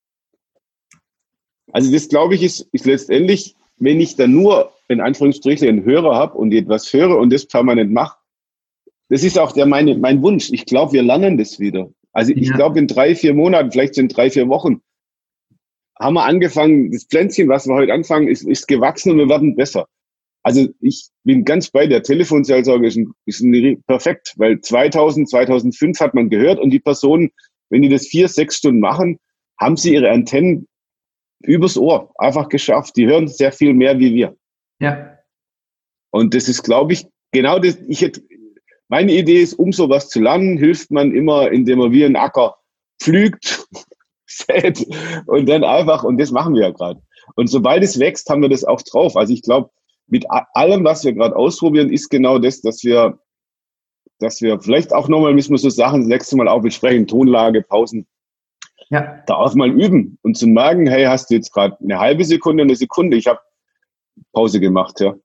Also das, glaube ich, ist letztendlich, wenn ich dann nur in Anführungsstrichen einen Hörer habe und etwas höre und das permanent mache, das ist auch mein Wunsch. Ich glaube, wir lernen das wieder. Also ich glaube, in 3-4 Monaten, vielleicht in 3-4 Wochen, haben wir angefangen, das Pflänzchen, was wir heute anfangen, ist gewachsen und wir werden besser. Also ich bin ganz bei der Telefonseelsorge ist perfekt, weil 2005 hat man gehört und die Personen, wenn die das 4-6 Stunden machen, haben sie ihre Antennen übers Ohr einfach geschafft. Die hören sehr viel mehr wie wir. Ja. Und das ist, glaube ich, genau das. Meine Idee ist, um sowas zu lernen, hilft man immer, indem man wie ein Acker pflügt, sät und dann einfach, und das machen wir ja gerade. Und sobald es wächst, haben wir das auch drauf. Also ich glaube, mit allem, was wir gerade ausprobieren, ist genau das, dass wir vielleicht auch nochmal, müssen wir so Sachen das nächste Mal auch besprechen, Tonlage, Pausen, da auch mal üben und zu merken, hey, hast du jetzt gerade eine halbe Sekunde, eine Sekunde, ich habe Pause gemacht, ja.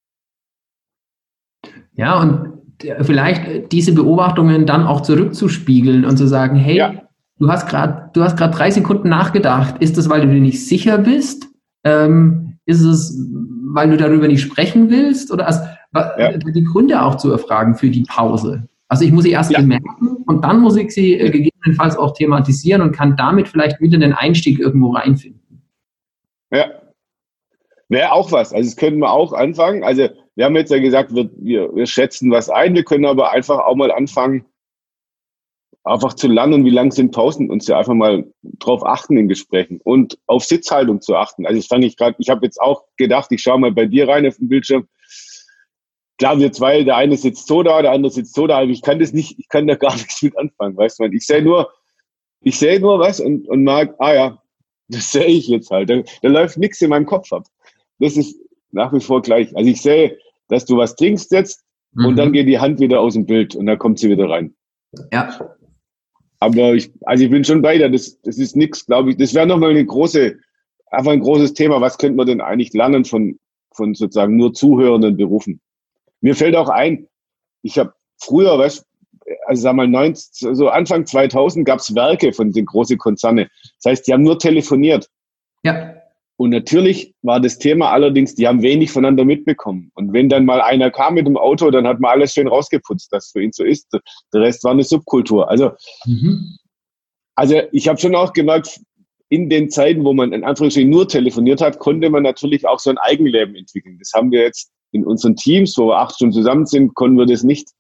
Ja, und vielleicht diese Beobachtungen dann auch zurückzuspiegeln und zu sagen, hey, du hast gerade 3 Sekunden nachgedacht. Ist das, weil du dir nicht sicher bist? Ist es, weil du darüber nicht sprechen willst? Oder die Gründe auch zu erfragen für die Pause. Also ich muss sie erst bemerken und dann muss ich sie gegebenenfalls auch thematisieren und kann damit vielleicht wieder einen Einstieg irgendwo reinfinden. Ja. Wäre auch was. Also das können wir auch anfangen. Also wir haben jetzt ja gesagt, wir schätzen was ein, wir können aber einfach auch mal anfangen, einfach zu lernen, wie lang sind Pausen, uns ja einfach mal drauf achten in Gesprächen und auf Sitzhaltung zu achten. Also ich habe jetzt auch gedacht, ich schaue mal bei dir rein auf den Bildschirm. Klar, wir zwei, der eine sitzt so da, der andere sitzt so da, aber ich kann da gar nichts mit anfangen, weißt du, ich sehe nur was und mag, das sehe ich jetzt halt. Da läuft nichts in meinem Kopf ab. Das ist nach wie vor gleich. Also ich sehe, dass du was trinkst jetzt und dann geht die Hand wieder aus dem Bild und dann kommt sie wieder rein. Ja. Aber ich bin schon bei dir. Das ist nichts, glaube ich. Das wäre nochmal ein großes Thema. Was könnte man denn eigentlich lernen von sozusagen nur zuhörenden Berufen? Mir fällt auch ein, ich habe früher, so Anfang 2000 gab es Werke von den großen Konzernen. Das heißt, die haben nur telefoniert. Ja. Und natürlich war das Thema allerdings, die haben wenig voneinander mitbekommen. Und wenn dann mal einer kam mit dem Auto, dann hat man alles schön rausgeputzt, dass für ihn so ist. Der Rest war eine Subkultur. Also ich habe schon auch gemerkt, in den Zeiten, wo man in Anführungsstrichen nur telefoniert hat, konnte man natürlich auch so ein Eigenleben entwickeln. Das haben wir jetzt in unseren Teams, wo wir 8 Stunden zusammen sind, konnten wir das nicht.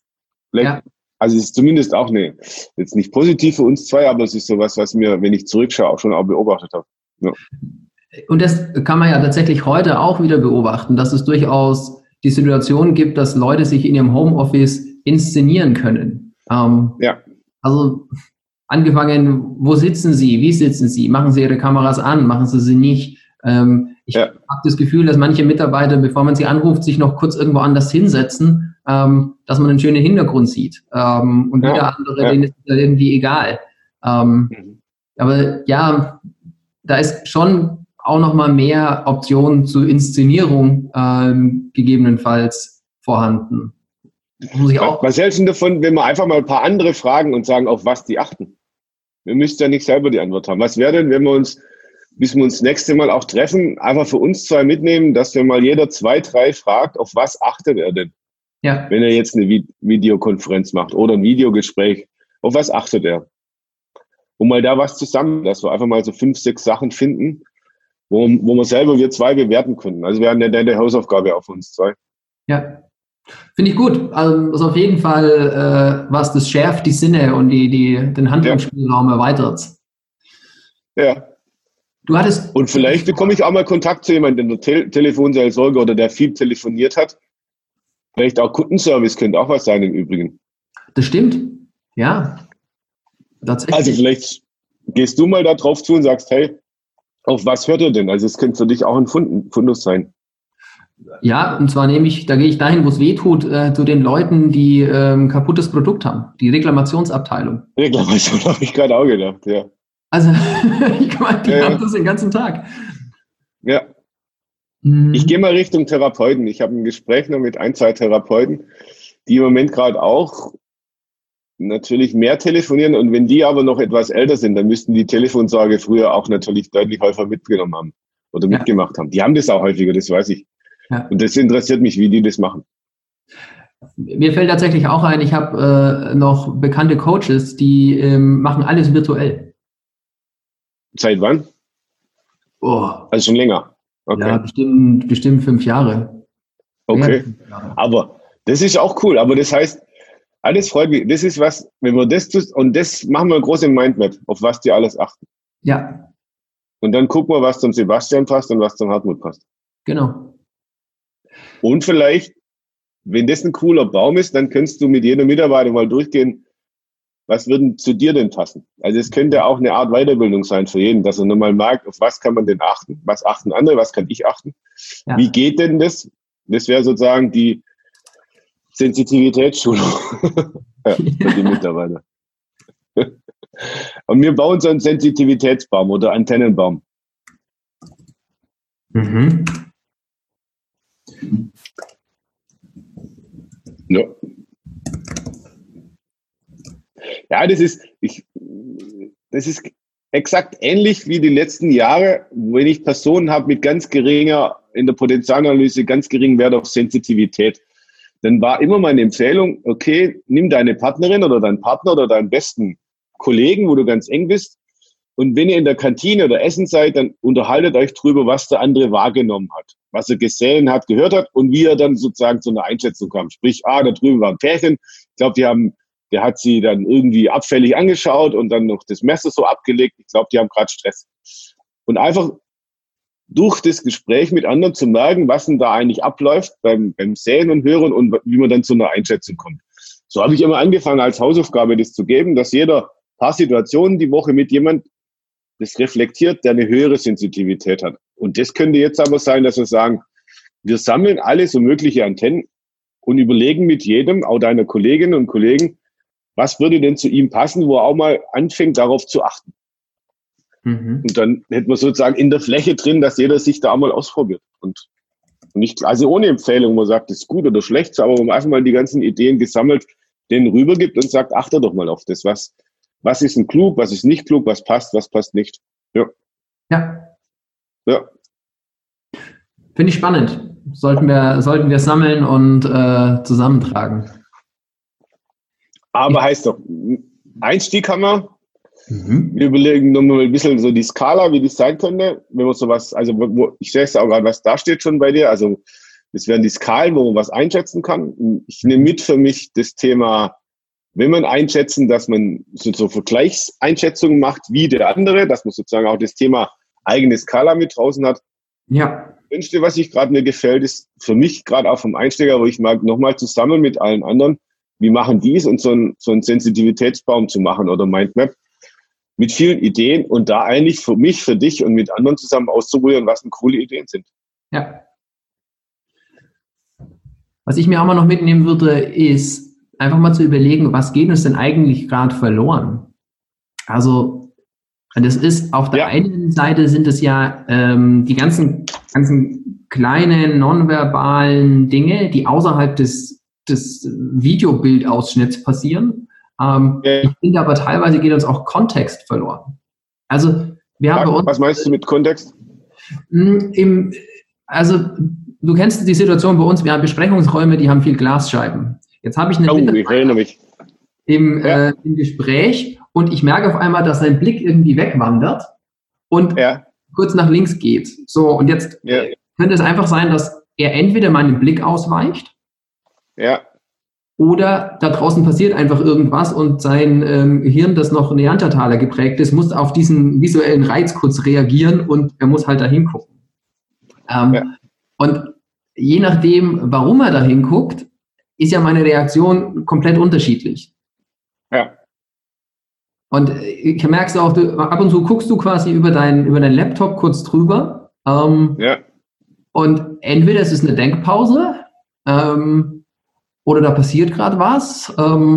Also es ist zumindest auch jetzt nicht positiv für uns zwei, aber es ist sowas, was mir, wenn ich zurückschaue, auch schon beobachtet habe. Ja. Und das kann man ja tatsächlich heute auch wieder beobachten, dass es durchaus die Situation gibt, dass Leute sich in ihrem Homeoffice inszenieren können. Also angefangen, wo sitzen sie, wie sitzen sie, machen sie ihre Kameras an, machen sie nicht. Ich habe das Gefühl, dass manche Mitarbeiter, bevor man sie anruft, sich noch kurz irgendwo anders hinsetzen, dass man einen schönen Hintergrund sieht. Und wieder andere, denen ist das irgendwie egal. Aber ja, da ist schon auch noch mal mehr Optionen zur Inszenierung gegebenenfalls vorhanden. Was hältst du davon, wenn wir einfach mal ein paar andere fragen und sagen, auf was die achten? Wir müssten ja nicht selber die Antwort haben. Was wäre denn, wenn wir uns, bis wir uns das nächste Mal auch treffen, einfach für uns zwei mitnehmen, dass wir mal jeder 2, 3 fragt, auf was achtet er denn? Ja. Wenn er jetzt eine Videokonferenz macht oder ein Videogespräch, auf was achtet er? Und mal da was zusammen, dass wir einfach mal so 5, 6 Sachen finden, wo wir zwei bewerten können. Also wir haben ja eine Hausaufgabe auf uns zwei. Ja. Finde ich gut. Also auf jeden Fall, was das schärft die Sinne und den Handlungsspielraum erweitert. Ja. Und vielleicht bekomme ich auch mal Kontakt zu jemandem, der Telefonseelsorger oder der viel telefoniert hat. Vielleicht auch Kundenservice könnte auch was sein im Übrigen. Das stimmt. Ja. Tatsächlich. Also vielleicht gehst du mal da drauf zu und sagst, hey, auf was hört ihr denn? Also es könnte für dich auch ein Fundus sein. Ja, und zwar da gehe ich dahin, wo es weh tut, zu den Leuten, die kaputtes Produkt haben. Die Reklamationsabteilung. Reklamation habe ich gerade auch gedacht, ja. Also, ich meine, die haben das den ganzen Tag. Ja. Ich gehe mal Richtung Therapeuten. Ich habe ein Gespräch noch mit 1, 2 Therapeuten, die im Moment gerade auch natürlich mehr telefonieren. Und wenn die aber noch etwas älter sind, dann müssten die Telefonsorge früher auch natürlich deutlich häufiger mitgenommen haben oder mitgemacht haben. Die haben das auch häufiger, das weiß ich. Ja. Und das interessiert mich, wie die das machen. Mir fällt tatsächlich auch ein, ich habe noch bekannte Coaches, die machen alles virtuell. Seit wann? Also schon länger. Okay. Ja, bestimmt 5 Jahre. Okay. 5 Jahre. Aber das ist auch cool. Aber das heißt, alles freut mich. Das ist was, wenn wir das tun, und das machen wir groß im Mindmap, auf was die alles achten. Ja. Und dann gucken wir, was zum Sebastian passt und was zum Hartmut passt. Genau. Und vielleicht, wenn das ein cooler Baum ist, dann kannst du mit jedem Mitarbeiter mal durchgehen, was würden zu dir denn passen? Also es könnte auch eine Art Weiterbildung sein für jeden, dass er nochmal merkt, auf was kann man denn achten? Was achten andere? Was kann ich achten? Ja. Wie geht denn das? Das wäre sozusagen die Sensitivitätsschulung für die Mitarbeiter. Und wir bauen so einen Sensitivitätsbaum oder Antennenbaum. Mhm. Ja. Ja, das ist exakt ähnlich wie die letzten Jahre, wenn ich Personen habe mit ganz geringer, in der Potenzialanalyse, ganz geringen Wert auf Sensitivität. Dann war immer meine Empfehlung, okay, nimm deine Partnerin oder deinen Partner oder deinen besten Kollegen, wo du ganz eng bist, Und wenn ihr in der Kantine oder Essen seid, dann unterhaltet euch drüber, was der andere wahrgenommen hat, was er gesehen hat, gehört hat und wie er dann sozusagen zu einer Einschätzung kam. Sprich, da drüben war ein Pärchen. Ich glaube, der hat sie dann irgendwie abfällig angeschaut und dann noch das Messer so abgelegt. Ich glaube, die haben gerade Stress. Und einfach durch das Gespräch mit anderen zu merken, was denn da eigentlich abläuft beim Sehen und Hören und wie man dann zu einer Einschätzung kommt. So habe ich immer angefangen, als Hausaufgabe das zu geben, dass jeder ein paar Situationen die Woche mit jemand das reflektiert, der eine höhere Sensitivität hat. Und das könnte jetzt aber sein, dass wir sagen, wir sammeln alle so mögliche Antennen und überlegen mit jedem, auch deiner Kolleginnen und Kollegen, was würde denn zu ihm passen, wo er auch mal anfängt, darauf zu achten. Und dann hätten wir sozusagen in der Fläche drin, dass jeder sich da mal ausprobiert. Und nicht, also ohne Empfehlung, man sagt, das ist gut oder schlecht, aber man einfach mal die ganzen Ideen gesammelt, denen rübergibt und sagt, achte doch mal auf das, was ist denn klug, was ist nicht klug, was passt nicht. Ja. Finde ich spannend. Sollten wir sammeln und zusammentragen. Aber heißt doch, Einstieg haben wir. Wir überlegen nochmal ein bisschen so die Skala, wie das sein könnte, wenn man sowas, also ich sehe es auch gerade, was da steht schon bei dir, also das wären die Skalen, wo man was einschätzen kann. Ich nehme mit für mich das Thema, wenn man einschätzen, dass man so Vergleichseinschätzungen macht wie der andere, dass man sozusagen auch das Thema eigene Skala mit draußen hat. Ja. Das Schönste, was mir gefällt, ist für mich gerade auch vom Einsteiger, wo ich mag, nochmal zusammen mit allen anderen, wie machen die es und so einen Sensitivitätsbaum zu machen oder Mindmap mit vielen Ideen und da eigentlich für mich, für dich und mit anderen zusammen auszuprobieren, was denn coole Ideen sind. Ja. Was ich mir auch mal noch mitnehmen würde, ist einfach mal zu überlegen, was geht uns denn eigentlich gerade verloren? Also, das ist auf der einen Seite sind es ja die ganzen kleinen, nonverbalen Dinge, die außerhalb des Videobildausschnitts passieren. Ich finde aber teilweise geht uns auch Kontext verloren. Also wir haben bei uns, was meinst du mit Kontext? Also du kennst die Situation bei uns, wir haben Besprechungsräume, die haben viel Glasscheiben. Jetzt habe ich ich erinnere mich. Im Gespräch und ich merke auf einmal, dass sein Blick irgendwie wegwandert und kurz nach links geht. So, und jetzt könnte es einfach sein, dass er entweder meinen Blick ausweicht oder da draußen passiert einfach irgendwas und sein Hirn, das noch Neandertaler geprägt ist, muss auf diesen visuellen Reiz kurz reagieren und er muss halt da hingucken. Und je nachdem, warum er da hinguckt, ist ja meine Reaktion komplett unterschiedlich. Ja. Und ich merke es auch, ab und zu guckst du quasi über deinen Laptop kurz drüber. Und entweder es ist eine Denkpause, oder da passiert gerade was,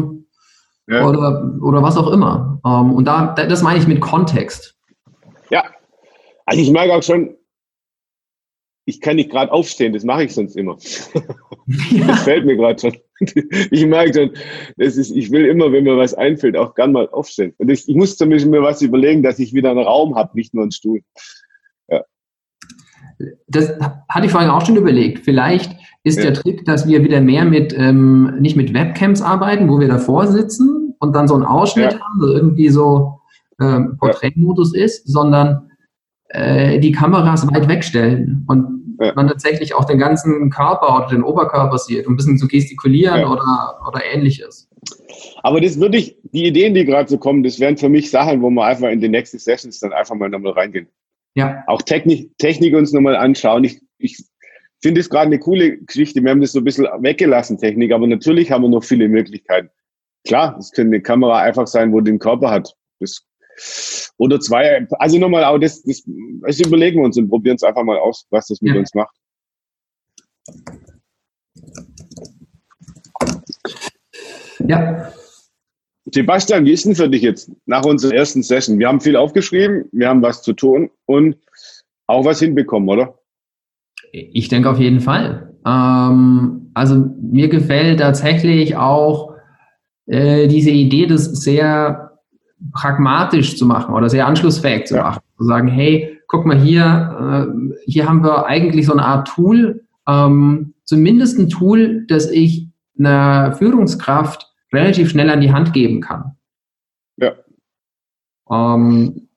oder was auch immer. Und das meine ich mit Kontext. Ja, also ich merke auch schon, ich kann nicht gerade aufstehen, das mache ich sonst immer. Das fällt mir gerade schon. Ich merke schon, ich will immer, wenn mir was einfällt, auch gern mal aufstehen. Und ich muss zumindest mir was überlegen, dass ich wieder einen Raum habe, nicht nur einen Stuhl. Ja. Das hatte ich vorhin auch schon überlegt. Vielleicht ist der Trick, dass wir wieder mehr nicht mit Webcams arbeiten, wo wir davor sitzen und dann so einen Ausschnitt haben, so irgendwie so Porträtmodus ist, sondern die Kameras weit wegstellen und man tatsächlich auch den ganzen Körper oder den Oberkörper sieht und ein bisschen zu gestikulieren oder Ähnliches. Aber die Ideen, die gerade so kommen, das wären für mich Sachen, wo wir einfach in die nächsten Sessions dann einfach mal nochmal reingehen. Ja. Auch Technik uns nochmal anschauen. Ich finde es gerade eine coole Geschichte. Wir haben das so ein bisschen weggelassen, Technik, aber natürlich haben wir noch viele Möglichkeiten. Klar, es könnte eine Kamera einfach sein, wo den Körper hat. Oder zwei, also nochmal auch das überlegen wir uns und probieren es einfach mal aus, was das mit uns macht. Ja. Sebastian, wie ist denn für dich jetzt nach unserer ersten Session? Wir haben viel aufgeschrieben, wir haben was zu tun und auch was hinbekommen, oder? Ich denke auf jeden Fall. Also mir gefällt tatsächlich auch diese Idee, das sehr pragmatisch zu machen oder sehr anschlussfähig zu machen. Zu sagen, hey, guck mal hier haben wir eigentlich so eine Art Tool, zumindest ein Tool, das ich einer Führungskraft relativ schnell an die Hand geben kann. Ja.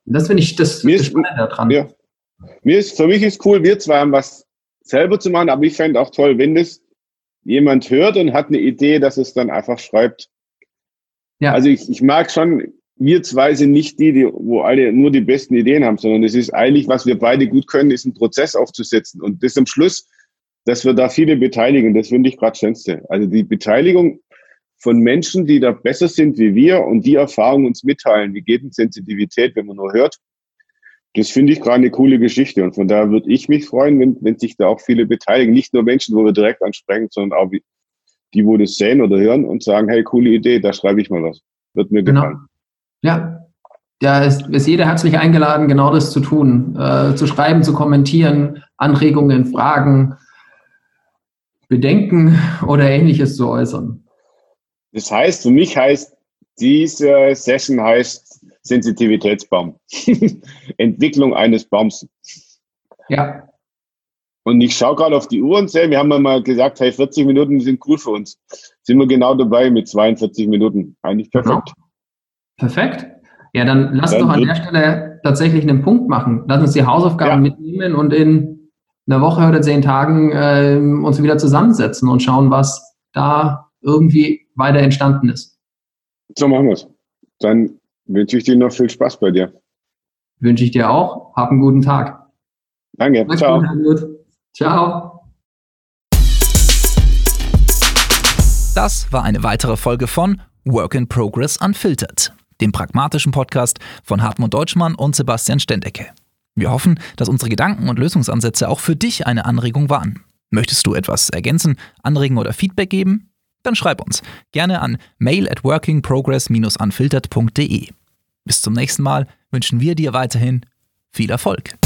Das finde ich das Spannende daran. Ja. Für mich ist cool, wir zwei haben was selber zu machen, aber ich fände auch toll, wenn das jemand hört und hat eine Idee, dass es dann einfach schreibt. Ja. Also ich mag schon, wir zwei sind nicht die, wo alle nur die besten Ideen haben, sondern es ist eigentlich, was wir beide gut können, ist einen Prozess aufzusetzen. Und das am Schluss, dass wir da viele beteiligen, das finde ich gerade das Schönste. Also die Beteiligung von Menschen, die da besser sind wie wir und die Erfahrung uns mitteilen, wie geht denn Sensitivität, wenn man nur hört, das finde ich gerade eine coole Geschichte. Und von daher würde ich mich freuen, wenn sich da auch viele beteiligen. Nicht nur Menschen, wo wir direkt ansprechen, sondern auch die, wo das sehen oder hören und sagen, hey, coole Idee, da schreibe ich mal was. Wird mir gefallen. Ja, da ist jeder herzlich eingeladen, genau das zu tun. Zu schreiben, zu kommentieren, Anregungen, Fragen, Bedenken oder Ähnliches zu äußern. Das heißt, für mich heißt diese Session Sensitivitätsbaum. Entwicklung eines Baums. Ja. Und ich schaue gerade auf die Uhr und sehe, wir haben mal gesagt, hey, 40 Minuten sind cool für uns. Sind wir genau dabei mit 42 Minuten. Eigentlich perfekt. Genau. Perfekt. Ja, dann lass doch an der Stelle tatsächlich einen Punkt machen. Lass uns die Hausaufgaben mitnehmen und in einer Woche oder 10 Tagen uns wieder zusammensetzen und schauen, was da irgendwie weiter entstanden ist. So machen wir es. Dann wünsche ich dir noch viel Spaß bei dir. Wünsche ich dir auch. Hab einen guten Tag. Danke. Mach's ciao. Gut. Ciao. Das war eine weitere Folge von Work in Progress Unfiltered, dem pragmatischen Podcast von Hartmut Deutschmann und Sebastian Stendecke. Wir hoffen, dass unsere Gedanken und Lösungsansätze auch für dich eine Anregung waren. Möchtest du etwas ergänzen, anregen oder Feedback geben? Dann schreib uns gerne an mail@workingprogress-unfiltered.de. Bis zum nächsten Mal wünschen wir dir weiterhin viel Erfolg.